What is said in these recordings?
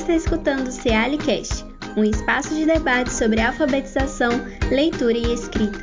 está escutando o CEALI-Cast, um espaço de debate sobre alfabetização, leitura e escrita.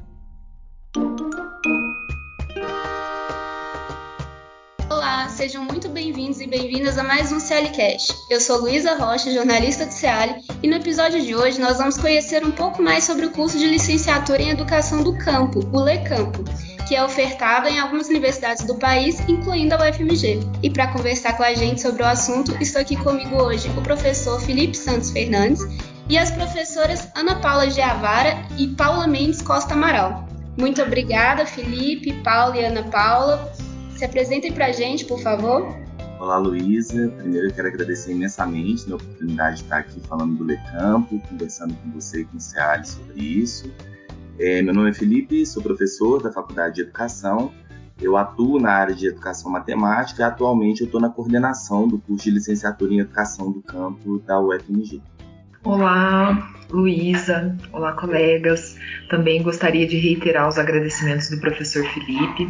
Olá, sejam muito bem-vindos e bem-vindas a mais um CEALI-Cast. Eu sou Luísa Rocha, jornalista do CEALI, e no episódio de hoje nós vamos conhecer um pouco mais sobre o curso de licenciatura em Educação do Campo, o LECampo, que é ofertado em algumas universidades do país, incluindo a UFMG. E para conversar com a gente sobre o assunto, estou aqui comigo hoje o professor Felipe Santos Fernandes e as professoras Ana Paula Giavara e Paula Mendes Costa Amaral. Muito obrigada, Felipe, Paula e Ana Paula. Se apresentem para a gente, por favor. Olá, Luísa. Primeiro eu quero agradecer imensamente a oportunidade de estar aqui falando do LECampo, conversando com você e com o CEALI sobre isso. Meu nome é Felipe, sou professor da Faculdade de Educação. Eu atuo na área de Educação Matemática e atualmente eu estou na coordenação do curso de Licenciatura em Educação do Campo da UFMG. Olá, Luísa. Olá, colegas. Também gostaria de reiterar os agradecimentos do professor Felipe.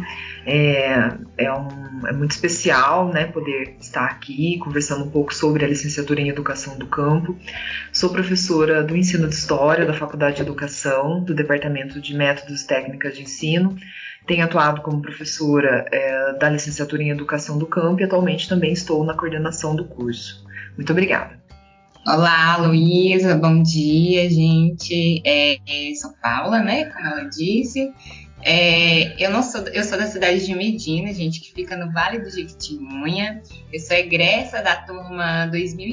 É muito especial, né, poder estar aqui conversando um pouco sobre a licenciatura em Educação do Campo. Sou professora do Ensino de História da Faculdade de Educação, do Departamento de Métodos e Técnicas de Ensino. Tenho atuado como professora da licenciatura em Educação do Campo e atualmente também estou na coordenação do curso. Muito obrigada. Olá, Luísa, bom dia, gente. Sou Paula, né, como ela disse. Eu sou da cidade de Medina, gente, que fica no Vale do Jequitinhonha. Eu sou egressa da turma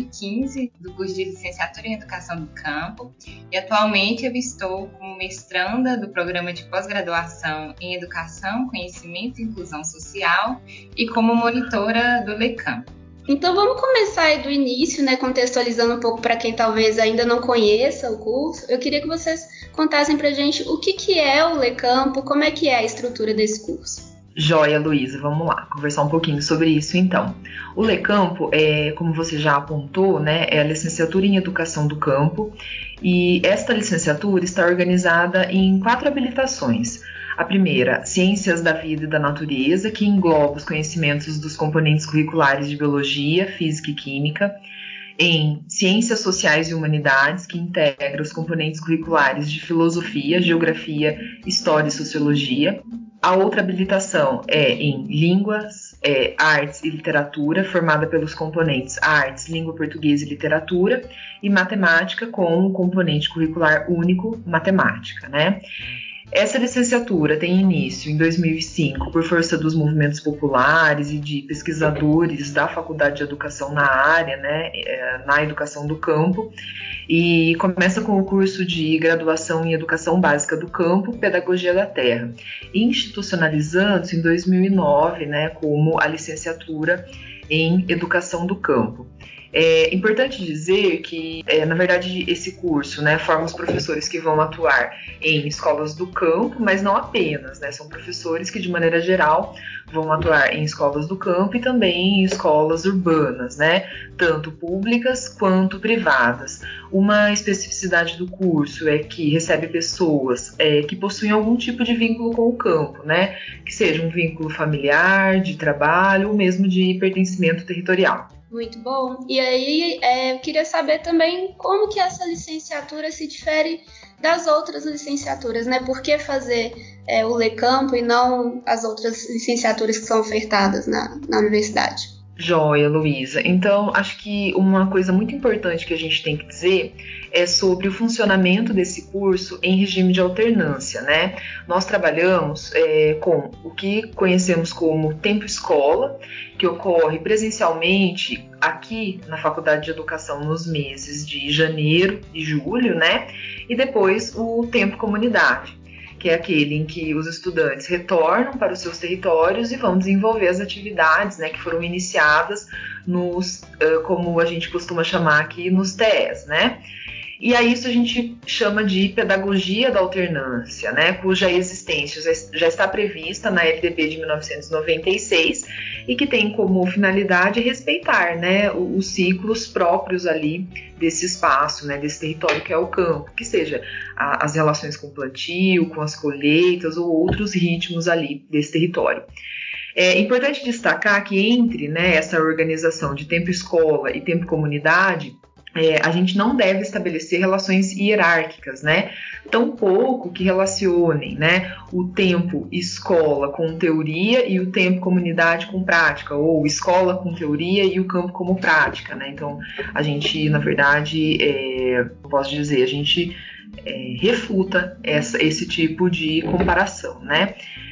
2015 do curso de Licenciatura em Educação do Campo e atualmente eu estou como mestranda do programa de pós-graduação em Educação, Conhecimento e Inclusão Social e como monitora do LECampo. Então vamos começar aí do início, né, contextualizando um pouco para quem talvez ainda não conheça o curso. Eu queria que vocês contassem para a gente o que é o LECampo, como é que é a estrutura desse curso. Joia, Luísa, vamos lá, conversar um pouquinho sobre isso então. O LECampo, como você já apontou, né, é a licenciatura em Educação do Campo e esta licenciatura está organizada em 4 habilitações. A primeira, Ciências da Vida e da Natureza, que engloba os conhecimentos dos componentes curriculares de Biologia, Física e Química. Em Ciências Sociais e Humanidades, que integra os componentes curriculares de Filosofia, Geografia, História e Sociologia. A outra habilitação é em Línguas, Artes e Literatura, formada pelos componentes Artes, Língua Portuguesa e Literatura, e Matemática, com o componente curricular único, Matemática, né? Essa licenciatura tem início em 2005 por força dos movimentos populares e de pesquisadores da Faculdade de Educação na área, né, na Educação do Campo, e começa com o curso de graduação em Educação Básica do Campo, Pedagogia da Terra, institucionalizando-se em 2009, né, como a licenciatura em Educação do Campo. É importante dizer que, na verdade, esse curso, né, forma os professores que vão atuar em escolas do campo, mas não apenas, né, são professores que, de maneira geral, vão atuar em escolas do campo e também em escolas urbanas, né, tanto públicas quanto privadas. Uma especificidade do curso é que recebe pessoas que possuem algum tipo de vínculo com o campo, né, que seja um vínculo familiar, de trabalho ou mesmo de pertencimento territorial. Muito bom. E aí, eu queria saber também como que essa licenciatura se difere das outras licenciaturas, né? Por que fazer o LECampo e não as outras licenciaturas que são ofertadas na universidade? Joia, Luísa. Então, acho que uma coisa muito importante que a gente tem que dizer é sobre o funcionamento desse curso em regime de alternância, né? Nós trabalhamos com o que conhecemos como tempo escola, que ocorre presencialmente aqui na Faculdade de Educação nos meses de janeiro e julho, né? E depois o tempo comunidade, que é aquele em que os estudantes retornam para os seus territórios e vão desenvolver as atividades, né, que foram iniciadas nos, como a gente costuma chamar aqui, nos TEs, né? E a isso a gente chama de pedagogia da alternância, né, cuja existência já está prevista na LDB de 1996 e que tem como finalidade respeitar, né, os ciclos próprios ali desse espaço, né, desse território que é o campo, que seja as relações com o plantio, com as colheitas ou outros ritmos ali desse território. É importante destacar que entre, né, essa organização de tempo escola e tempo comunidade, a gente não deve estabelecer relações hierárquicas, né? Tampouco que relacionem, né, o tempo escola com teoria e o tempo comunidade com prática, ou escola com teoria e o campo como prática, né? Então, a gente, na verdade, posso dizer, a gente refuta esse tipo de comparação, né?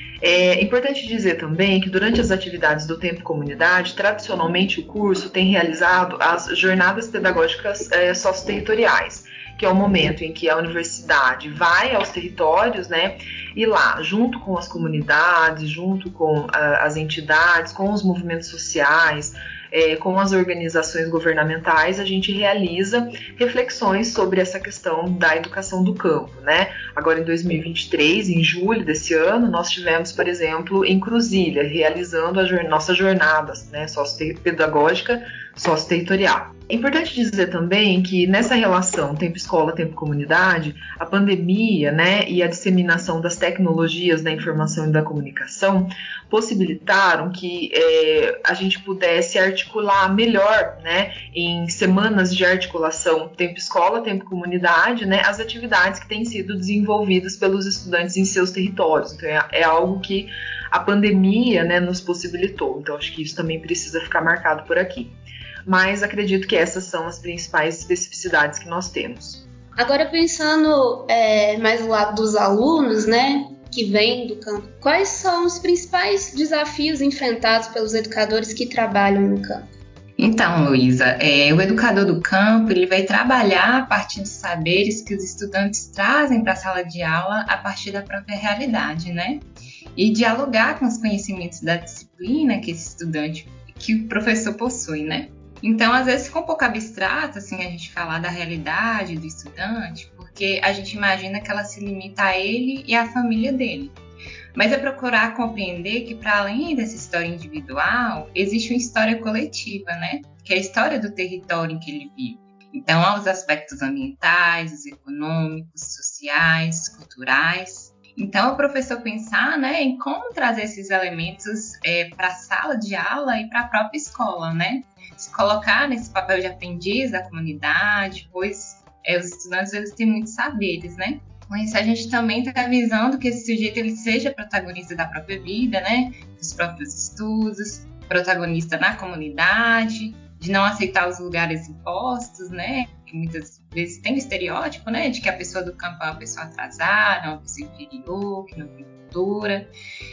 É importante dizer também que durante as atividades do Tempo Comunidade, tradicionalmente o curso tem realizado as jornadas pedagógicas socioterritoriais, que é o momento em que a universidade vai aos territórios, né, e lá, junto com as comunidades, junto com as entidades, com os movimentos sociais, com as organizações governamentais, a gente realiza reflexões sobre essa questão da educação do campo, né? Agora, em 2023, em julho desse ano, nós tivemos, por exemplo, em Cruzília, realizando a nossa jornada, né, pedagógica socioterritorial. É importante dizer também que nessa relação tempo-escola, tempo-comunidade, a pandemia, né, e a disseminação das tecnologias da informação e da comunicação possibilitaram que a gente pudesse articular melhor, né, em semanas de articulação tempo-escola, tempo-comunidade, né, as atividades que têm sido desenvolvidas pelos estudantes em seus territórios. Então, é algo que a pandemia, né, nos possibilitou. Então, acho que isso também precisa ficar marcado por aqui. Mas acredito que essas são as principais especificidades que nós temos. Agora, pensando mais do lado dos alunos, né, que vêm do campo, quais são os principais desafios enfrentados pelos educadores que trabalham no campo? Então, Luísa, o educador do campo ele vai trabalhar a partir de saberes que os estudantes trazem para a sala de aula a partir da própria realidade, né? E dialogar com os conhecimentos da disciplina que esse estudante, que o professor possui, né? Então, às vezes fica um pouco abstrato, assim, a gente falar da realidade do estudante, porque a gente imagina que ela se limita a ele e à família dele. Mas é procurar compreender que, para além dessa história individual, existe uma história coletiva, né? Que é a história do território em que ele vive. Então, há os aspectos ambientais, os econômicos, sociais, culturais. Então, o professor pensar, né, em como trazer esses elementos para a sala de aula e para a própria escola, né? Se colocar nesse papel de aprendiz da comunidade, pois os estudantes eles têm muitos saberes, né? Com isso, a gente também está visando que esse sujeito ele seja protagonista da própria vida, né? Dos próprios estudos, protagonista na comunidade, de não aceitar os lugares impostos, né? Que muitas vezes tem o estereótipo, né? De que a pessoa do campo é uma pessoa atrasada, uma pessoa inferior, que não tem cultura.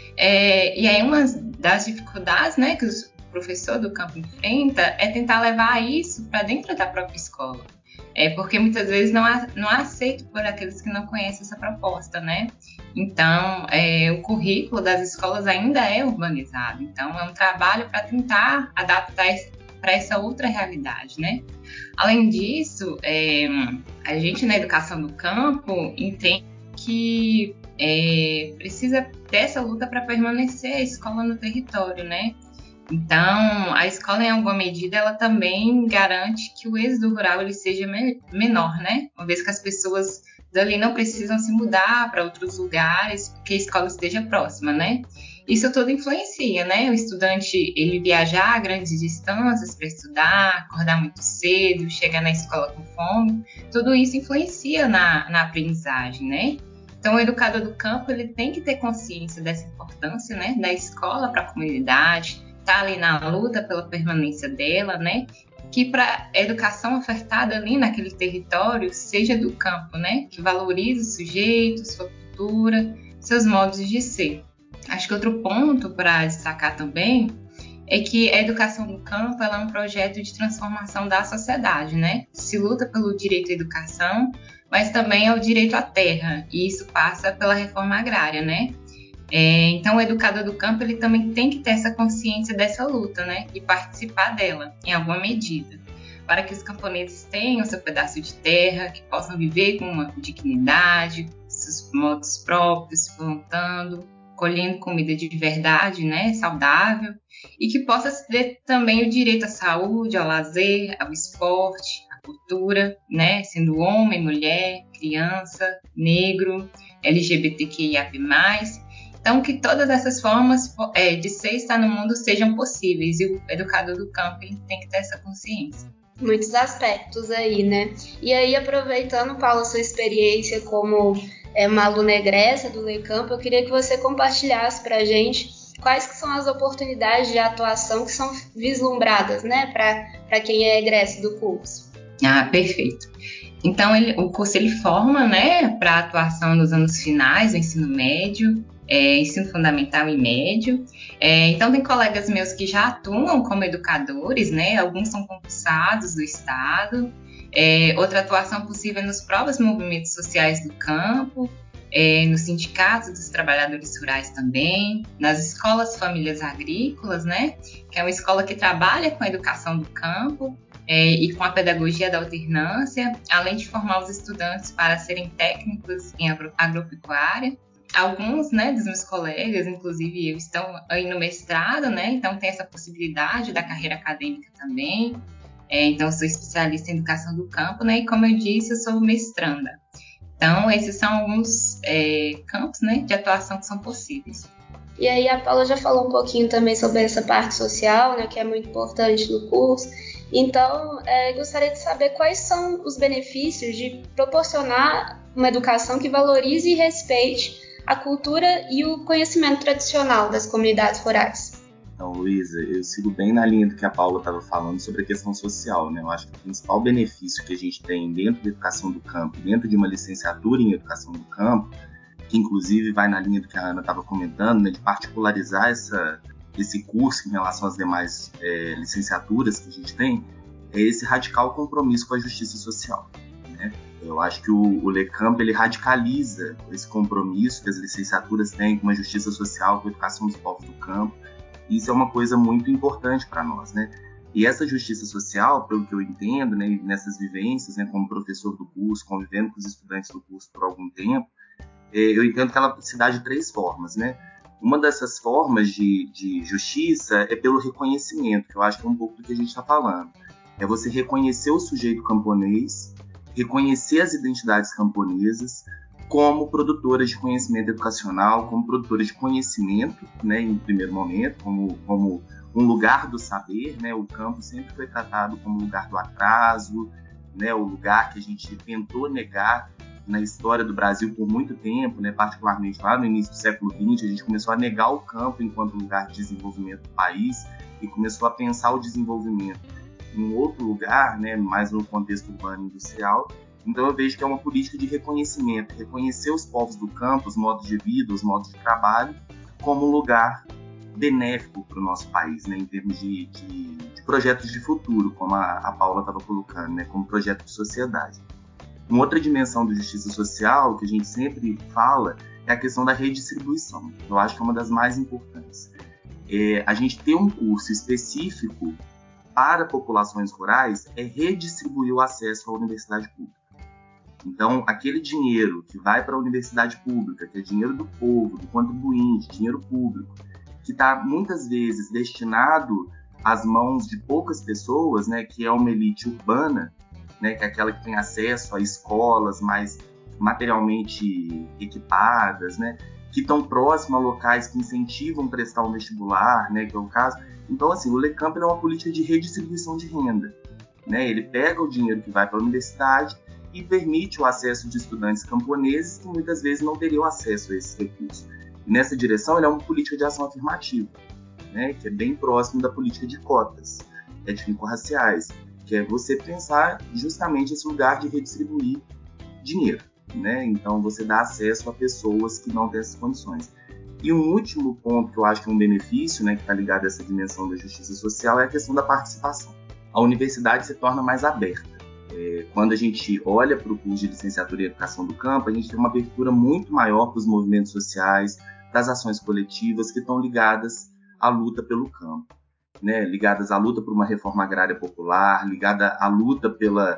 E aí, uma das dificuldades, né, que o professor do campo enfrenta é tentar levar isso para dentro da própria escola. Porque muitas vezes não é aceito por aqueles que não conhecem essa proposta, né? Então, o currículo das escolas ainda é urbanizado. Então, é um trabalho para tentar adaptar para essa outra realidade, né? Além disso, a gente na educação do campo entende que precisa dessa luta para permanecer a escola no território, né? Então, a escola, em alguma medida, ela também garante que o êxodo rural ele seja menor, né? Uma vez que as pessoas dali não precisam se mudar para outros lugares, porque a escola esteja próxima, né? Isso tudo influencia, né? O estudante, ele viajar a grandes distâncias para estudar, acordar muito cedo, chegar na escola com fome, tudo isso influencia na aprendizagem, né? Então, o educador do campo, ele tem que ter consciência dessa importância, né? Da escola para a comunidade, tá ali na luta pela permanência dela, né? Que para a educação ofertada ali naquele território seja do campo, né? Que valorize o sujeito, sua cultura, seus modos de ser. Acho que outro ponto para destacar também é que a educação do campo ela é um projeto de transformação da sociedade, né? Se luta pelo direito à educação, mas também é o direito à terra, e isso passa pela reforma agrária, né? Então, o educador do campo ele também tem que ter essa consciência dessa luta, né? E participar dela, em alguma medida, para que os camponeses tenham seu pedaço de terra, que possam viver com uma dignidade, seus modos próprios, plantando, colhendo comida de verdade, né? Saudável, e que possa ter também o direito à saúde, ao lazer, ao esporte, à cultura, né? Sendo homem, mulher, criança, negro, LGBTQIA+, Então, que todas essas formas de ser e estar no mundo sejam possíveis, e o educador do campo ele tem que ter essa consciência. Muitos aspectos aí, né? E aí, aproveitando, Paula, sua experiência como uma aluna egressa do LECampo, eu queria que você compartilhasse para a gente quais que são as oportunidades de atuação que são vislumbradas, né, para quem é egresso do curso. Ah, perfeito. Então, o curso ele forma, né, para atuação nos anos finais do ensino médio, ensino fundamental e médio. Então, tem colegas meus que já atuam como educadores, né, alguns são concursados do Estado. Outra atuação possível é nos próprios movimentos sociais do campo, nos sindicatos dos trabalhadores rurais também, nas escolas famílias agrícolas, né, que é uma escola que trabalha com a educação do campo, e com a pedagogia da alternância, além de formar os estudantes para serem técnicos em agropecuária. Alguns, né, dos meus colegas, inclusive eu, estão aí no mestrado, né, então tem essa possibilidade da carreira acadêmica também. Então, eu sou especialista em educação do campo, né, e como eu disse, eu sou mestranda. Então, esses são alguns campos, né, de atuação que são possíveis. E aí a Paula já falou um pouquinho também sobre essa parte social, né, que é muito importante no curso. Então, gostaria de saber quais são os benefícios de proporcionar uma educação que valorize e respeite a cultura e o conhecimento tradicional das comunidades rurais. Então, Luísa, eu sigo bem na linha do que a Paula estava falando sobre a questão social, né? Eu acho que o principal benefício que a gente tem dentro da educação do campo, dentro de uma licenciatura em educação do campo, que inclusive vai na linha do que a Ana estava comentando, né, de particularizar esse curso em relação às demais licenciaturas que a gente tem, é esse radical compromisso com a justiça social, né? Eu acho que o LECampo ele radicaliza esse compromisso que as licenciaturas têm com a justiça social, com a educação dos povos do campo. Isso é uma coisa muito importante para nós, né? E essa justiça social, pelo que eu entendo, né, nessas vivências, né, como professor do curso, convivendo com os estudantes do curso por algum tempo, eu entendo que ela se dá de 3 formas, né? Uma dessas formas de justiça é pelo reconhecimento, que eu acho que é um pouco do que a gente está falando. É você reconhecer o sujeito camponês, reconhecer as identidades camponesas como produtoras de conhecimento educacional, como produtoras de conhecimento, né, em primeiro momento, como um lugar do saber, né? O campo sempre foi tratado como lugar do atraso, né? O lugar que a gente tentou negar na história do Brasil por muito tempo, né? Particularmente lá no início do século XX, a gente começou a negar o campo enquanto lugar de desenvolvimento do país e começou a pensar o desenvolvimento em um outro lugar, né? Mais no contexto urbano e industrial. Então eu vejo que é uma política de reconhecimento, reconhecer os povos do campo, os modos de vida, os modos de trabalho, como um lugar benéfico para o nosso país, né, em termos de projetos de futuro, como a Paula estava colocando, né, como projeto de sociedade. Uma outra dimensão da justiça social que a gente sempre fala é a questão da redistribuição. Eu acho que é uma das mais importantes. A gente ter um curso específico para populações rurais é redistribuir o acesso à universidade pública. Então, aquele dinheiro que vai para a universidade pública, que é dinheiro do povo, do contribuinte, dinheiro público, que está muitas vezes destinado às mãos de poucas pessoas, né, que é uma elite urbana, né, que é aquela que tem acesso a escolas mais materialmente equipadas, né, que estão próximas a locais que incentivam prestar um vestibular, né, que é o caso. Então, assim, o LECampo é uma política de redistribuição de renda, né? Ele pega o dinheiro que vai para a universidade e permite o acesso de estudantes camponeses que muitas vezes não teriam acesso a esses recursos. E nessa direção, ele é uma política de ação afirmativa, né, que é bem próximo da política de cotas étnico-raciais, que é você pensar justamente esse lugar de redistribuir dinheiro, né? Então, você dá acesso a pessoas que não têm essas condições. E um último ponto que eu acho que é um benefício, né, que está ligado a essa dimensão da justiça social, é a questão da participação. A universidade se torna mais aberta. Quando a gente olha para o curso de licenciatura em educação do campo, a gente tem uma abertura muito maior para os movimentos sociais, das ações coletivas que estão ligadas à luta pelo campo, né? Ligadas à luta por uma reforma agrária popular, ligada à luta pela...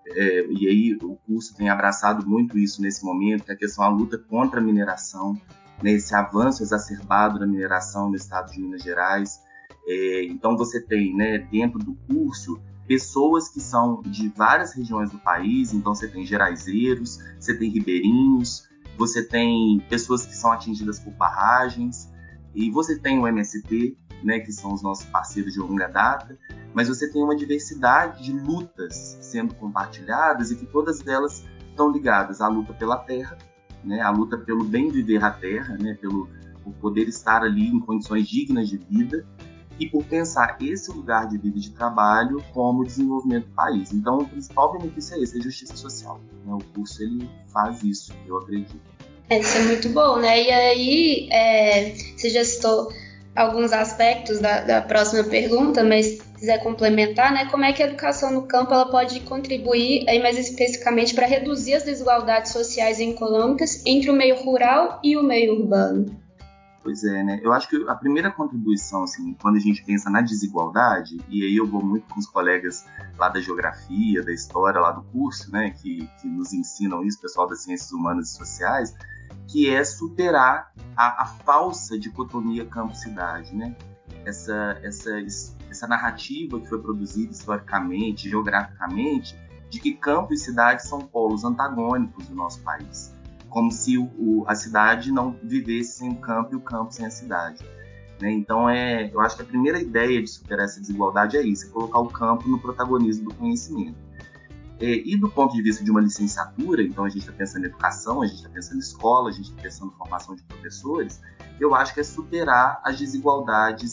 e aí o curso tem abraçado muito isso nesse momento, que é a questão da luta contra a mineração, né? Esse avanço exacerbado da mineração no estado de Minas Gerais. Então você tem, né, dentro do curso, pessoas que são de várias regiões do país. Então você tem geraizeiros, você tem ribeirinhos, você tem pessoas que são atingidas por barragens, e você tem o MST, né, que são os nossos parceiros de longa data, mas você tem uma diversidade de lutas sendo compartilhadas e que todas elas estão ligadas à luta pela terra, né, à luta pelo bem viver a terra, né, por poder estar ali em condições dignas de vida e por pensar esse lugar de vida e de trabalho como desenvolvimento do país. Então, o principal benefício é esse, a justiça social, né? O curso ele faz isso, eu acredito. Isso é muito bom, né? E aí, você já citou alguns aspectos da próxima pergunta, mas se quiser complementar, né? Como é que a educação no campo ela pode contribuir, aí mais especificamente, para reduzir as desigualdades sociais e econômicas entre o meio rural e o meio urbano? Pois é, né? Eu acho que a primeira contribuição, assim, quando a gente pensa na desigualdade, e aí eu vou muito com os colegas lá da geografia, da história, lá do curso, né, que nos ensinam isso, pessoal das ciências humanas e sociais, que é superar a falsa dicotomia campo-cidade, né? Essa narrativa que foi produzida historicamente, geograficamente, de que campo e cidade são polos antagônicos do nosso país. Como se a cidade não vivesse sem o campo e o campo sem a cidade, né? Então, eu acho que a primeira ideia de superar essa desigualdade é isso, é colocar o campo no protagonismo do conhecimento. E do ponto de vista de uma licenciatura, então a gente está pensando em educação, a gente está pensando em escola, a gente está pensando em formação de professores, eu acho que é superar as desigualdades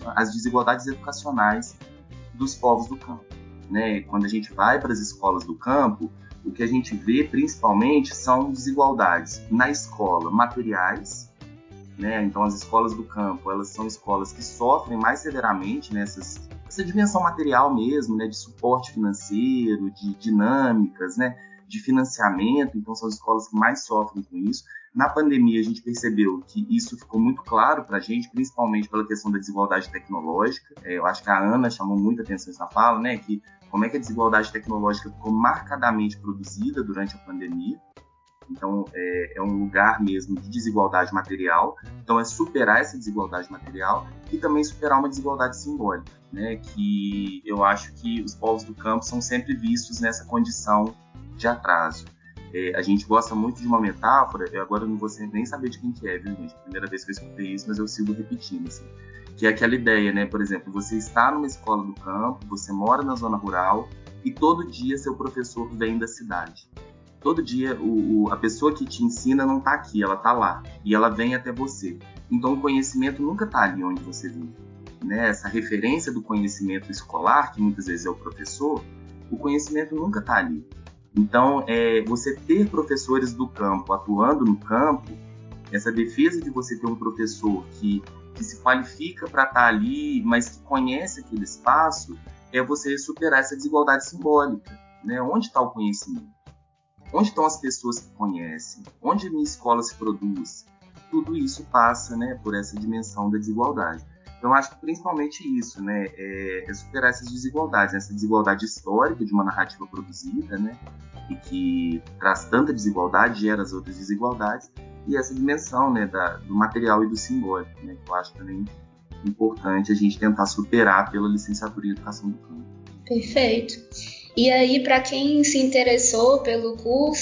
educacionais dos povos do campo, né? Quando a gente vai para as escolas do campo, o que a gente vê principalmente são desigualdades na escola, materiais, né? Então as escolas do campo, elas são escolas que sofrem mais severamente nessa dimensão material mesmo, né? De suporte financeiro, de dinâmicas, né? De financiamento, então são as escolas que mais sofrem com isso. Na pandemia a gente percebeu que isso ficou muito claro para a gente, principalmente pela questão da desigualdade tecnológica. Eu acho que a Ana chamou muita atenção nessa fala, né? Que como é que a desigualdade tecnológica ficou marcadamente produzida durante a pandemia. Então, é um lugar mesmo de desigualdade material. Então, é superar essa desigualdade material e também superar uma desigualdade simbólica, né? Que eu acho que os povos do campo são sempre vistos nessa condição de atraso. A gente gosta muito de uma metáfora, eu agora não vou nem saber de quem que é, viu, gente? Primeira vez que eu escutei isso, mas eu sigo repetindo, assim. Que é aquela ideia, né? Por exemplo, você está numa escola do campo, você mora na zona rural e todo dia seu professor vem da cidade. Todo dia a pessoa que te ensina não está aqui, ela está lá. E ela vem até você. Então o conhecimento nunca está ali onde você vive, né? Essa referência do conhecimento escolar, que muitas vezes é o professor, o conhecimento nunca está ali. Então, você ter professores do campo atuando no campo, essa defesa de você ter um professor que se qualifica para estar ali, mas que conhece aquele espaço, é você superar essa desigualdade simbólica, né? Onde está o conhecimento? Onde estão as pessoas que conhecem? Onde a minha escola se produz? Tudo isso passa, né, por essa dimensão da desigualdade. Então, acho que principalmente isso, né, é superar essas desigualdades, essa desigualdade histórica de uma narrativa produzida, né, e que traz tanta desigualdade, gera as outras desigualdades, e essa dimensão, né, do material e do simbólico, né, que eu acho também importante a gente tentar superar pela licenciatura em Educação do Campo. Perfeito. E aí, para quem se interessou pelo curso,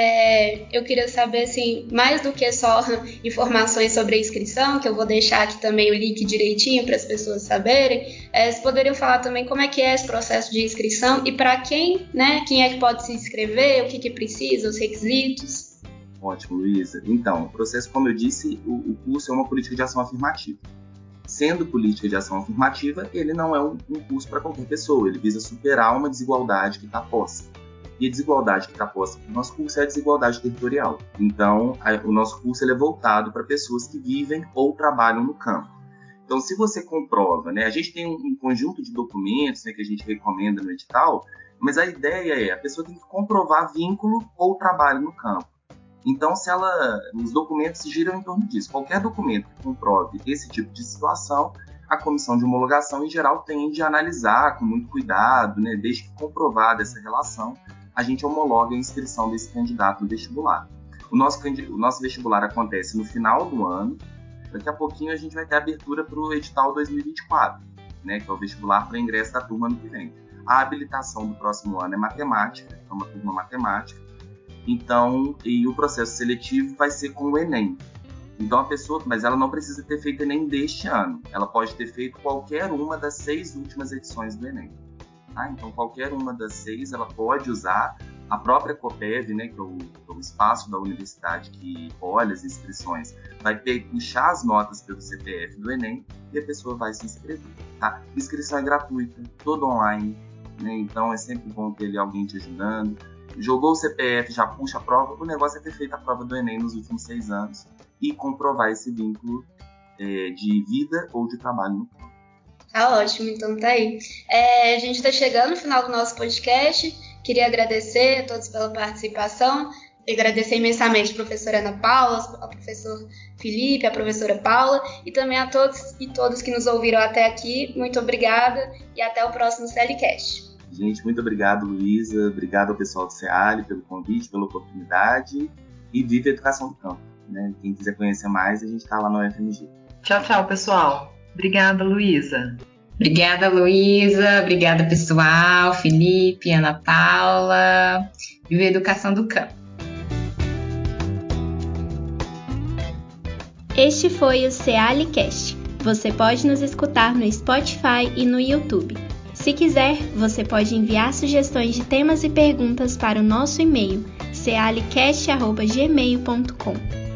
eu queria saber, assim, mais do que só informações sobre a inscrição, que eu vou deixar aqui também o link direitinho para as pessoas saberem, vocês poderiam falar também como é que é esse processo de inscrição e para quem, né, quem é que pode se inscrever, o que precisa, os requisitos. Ótimo, Luísa. Então, o processo, como eu disse, o curso é uma política de ação afirmativa. Sendo política de ação afirmativa, ele não é um curso para qualquer pessoa, ele visa superar uma desigualdade que está posta. E a desigualdade que está posta no nosso curso é a desigualdade territorial. Então, o nosso curso ele é voltado para pessoas que vivem ou trabalham no campo. Então, se você comprova, né, a gente tem um conjunto de documentos, né, que a gente recomenda no edital, mas a ideia a pessoa tem que comprovar vínculo ou trabalho no campo. Então, os documentos giram em torno disso. Qualquer documento que comprove esse tipo de situação, a comissão de homologação, em geral, tende a analisar com muito cuidado, né? Desde que comprovada essa relação, a gente homologa a inscrição desse candidato no vestibular. O nosso vestibular acontece no final do ano. Daqui a pouquinho a gente vai ter abertura para o edital 2024, né? Que é o vestibular para ingresso da turma ano que vem. A habilitação do próximo ano é matemática, é uma turma matemática. Então, e o processo seletivo vai ser com o Enem. Então a pessoa, mas ela não precisa ter feito Enem deste ano. Ela pode ter feito qualquer uma das 6 últimas edições do Enem. Tá? Então qualquer uma das 6 ela pode usar a própria COPEV, né, que é o espaço da universidade que olha as inscrições, vai puxar as notas pelo CPF do Enem e a pessoa vai se inscrever. Tá? A inscrição é gratuita, toda online, né? Então é sempre bom ter ali alguém te ajudando. Jogou o CPF, já puxa a prova. O negócio é ter feito a prova do Enem nos últimos 6 anos e comprovar esse vínculo de vida ou de trabalho no campo. Tá ótimo, então tá aí. A gente tá chegando no final do nosso podcast. Queria agradecer a todos pela participação. Agradecer imensamente a professora Ana Paula, ao professor Felipe, a professora Paula e também a todos e todas que nos ouviram até aqui. Muito obrigada e até o próximo CLCast. Gente, muito obrigado, Luísa. Obrigado ao pessoal do CEALI pelo convite, pela oportunidade. E viva a educação do campo. Né? Quem quiser conhecer mais, a gente está lá no UFMG. Tchau, tchau, pessoal. Obrigada, Luísa. Obrigada, Luísa. Obrigada, pessoal. Felipe, Ana Paula. Viva a educação do campo. Este foi o CEALI-cast. Você pode nos escutar no Spotify e no YouTube. Se quiser, você pode enviar sugestões de temas e perguntas para o nosso e-mail cealicast@gmail.com.